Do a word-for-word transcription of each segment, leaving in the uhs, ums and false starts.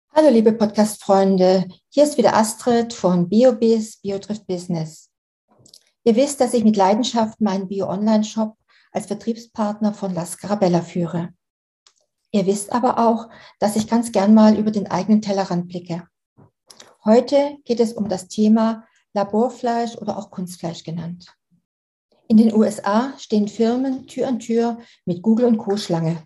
Hallo liebe Podcast-Freunde, hier ist wieder Astrid von BioBiz, Bio trifft Business. Ihr wisst, dass ich mit Leidenschaft meinen Bio-Online-Shop als Vertriebspartner von La Scarabella führe. Ihr wisst aber auch, dass ich ganz gern mal über den eigenen Tellerrand blicke. Heute geht es um das Thema Laborfleisch oder auch Kunstfleisch genannt. In den U S A stehen Firmen Tür an Tür mit Google und Co. Schlange.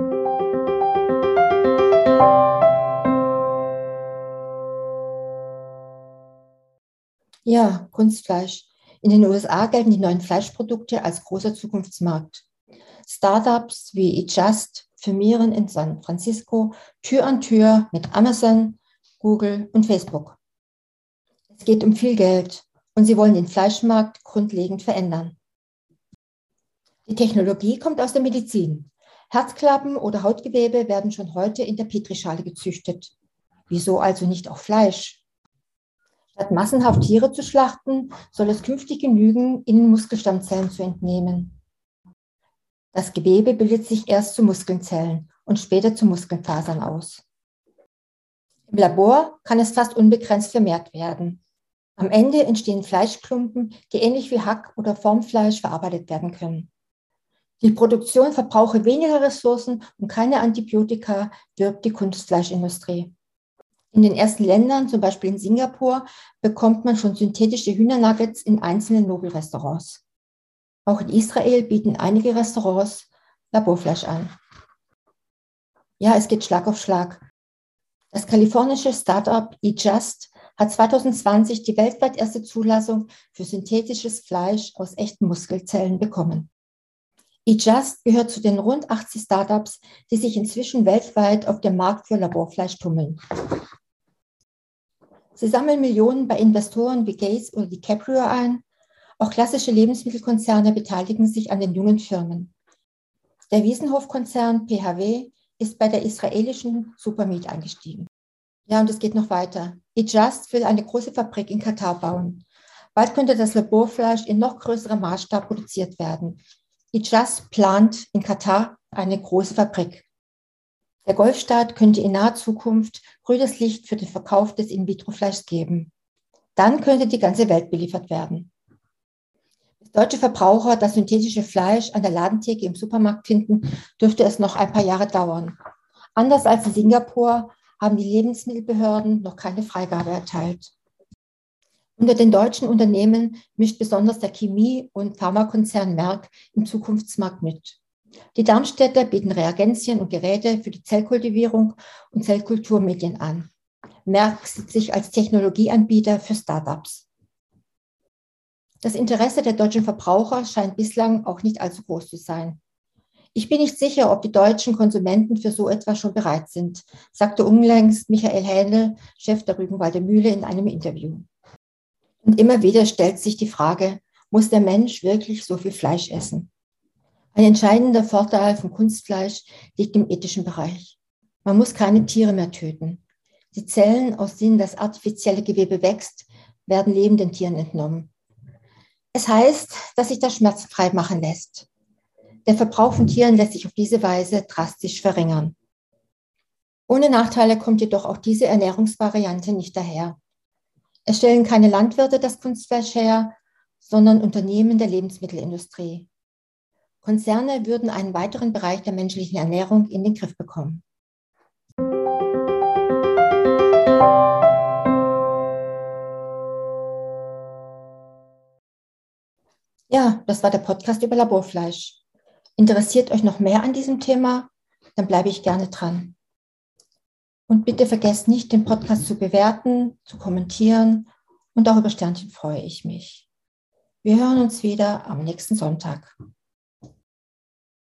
Ja, Kunstfleisch. In den U S A gelten die neuen Fleischprodukte als großer Zukunftsmarkt. Startups wie eJust firmieren in San Francisco Tür an Tür mit Amazon, Google und Facebook. Es geht um viel Geld und sie wollen den Fleischmarkt grundlegend verändern. Die Technologie kommt aus der Medizin. Herzklappen oder Hautgewebe werden schon heute in der Petrischale gezüchtet. Wieso also nicht auch Fleisch? Statt massenhaft Tiere zu schlachten, soll es künftig genügen, ihnen Muskelstammzellen zu entnehmen. Das Gewebe bildet sich erst zu Muskelzellen und später zu Muskelfasern aus. Im Labor kann es fast unbegrenzt vermehrt werden. Am Ende entstehen Fleischklumpen, die ähnlich wie Hack- oder Formfleisch verarbeitet werden können. Die Produktion verbrauche weniger Ressourcen und keine Antibiotika, wirbt die Kunstfleischindustrie. In den ersten Ländern, zum Beispiel in Singapur, bekommt man schon synthetische Hühnernuggets in einzelnen Nobelrestaurants. Auch in Israel bieten einige Restaurants Laborfleisch an. Ja, es geht Schlag auf Schlag. Das kalifornische Startup eJust hat zwanzig zwanzig die weltweit erste Zulassung für synthetisches Fleisch aus echten Muskelzellen bekommen. eJust gehört zu den rund achtzig Startups, die sich inzwischen weltweit auf dem Markt für Laborfleisch tummeln. Sie sammeln Millionen bei Investoren wie Gates oder DiCaprio ein. Auch klassische Lebensmittelkonzerne beteiligen sich an den jungen Firmen. Der Wiesenhof-Konzern P H W ist bei der israelischen Supermeat eingestiegen. Ja, und es geht noch weiter. eJust will eine große Fabrik in Katar bauen. Bald könnte das Laborfleisch in noch größerem Maßstab produziert werden. eJust plant in Katar eine große Fabrik. Der Golfstaat könnte in naher Zukunft grünes Licht für den Verkauf des In-vitro-Fleischs geben. Dann könnte die ganze Welt beliefert werden. Bis deutsche Verbraucher das synthetische Fleisch an der Ladentheke im Supermarkt finden, dürfte es noch ein paar Jahre dauern. Anders als in Singapur haben die Lebensmittelbehörden noch keine Freigabe erteilt. Unter den deutschen Unternehmen mischt besonders der Chemie- und Pharmakonzern Merck im Zukunftsmarkt mit. Die Darmstädter bieten Reagenzien und Geräte für die Zellkultivierung und Zellkulturmedien an. Merck sieht sich als Technologieanbieter für Startups. Das Interesse der deutschen Verbraucher scheint bislang auch nicht allzu groß zu sein. Ich bin nicht sicher, ob die deutschen Konsumenten für so etwas schon bereit sind, sagte unlängst Michael Hähnel, Chef der Rügenwalder Mühle, in einem Interview. Und immer wieder stellt sich die Frage, muss der Mensch wirklich so viel Fleisch essen? Ein entscheidender Vorteil von Kunstfleisch liegt im ethischen Bereich. Man muss keine Tiere mehr töten. Die Zellen, aus denen das artifizielle Gewebe wächst, werden lebenden Tieren entnommen. Es heißt, dass sich das schmerzfrei machen lässt. Der Verbrauch von Tieren lässt sich auf diese Weise drastisch verringern. Ohne Nachteile kommt jedoch auch diese Ernährungsvariante nicht daher. Es stellen keine Landwirte das Kunstfleisch her, sondern Unternehmen der Lebensmittelindustrie. Konzerne würden einen weiteren Bereich der menschlichen Ernährung in den Griff bekommen. Ja, das war der Podcast über Laborfleisch. Interessiert euch noch mehr an diesem Thema? Dann bleibe ich gerne dran. Und bitte vergesst nicht, den Podcast zu bewerten, zu kommentieren, und auch über Sternchen freue ich mich. Wir hören uns wieder am nächsten Sonntag.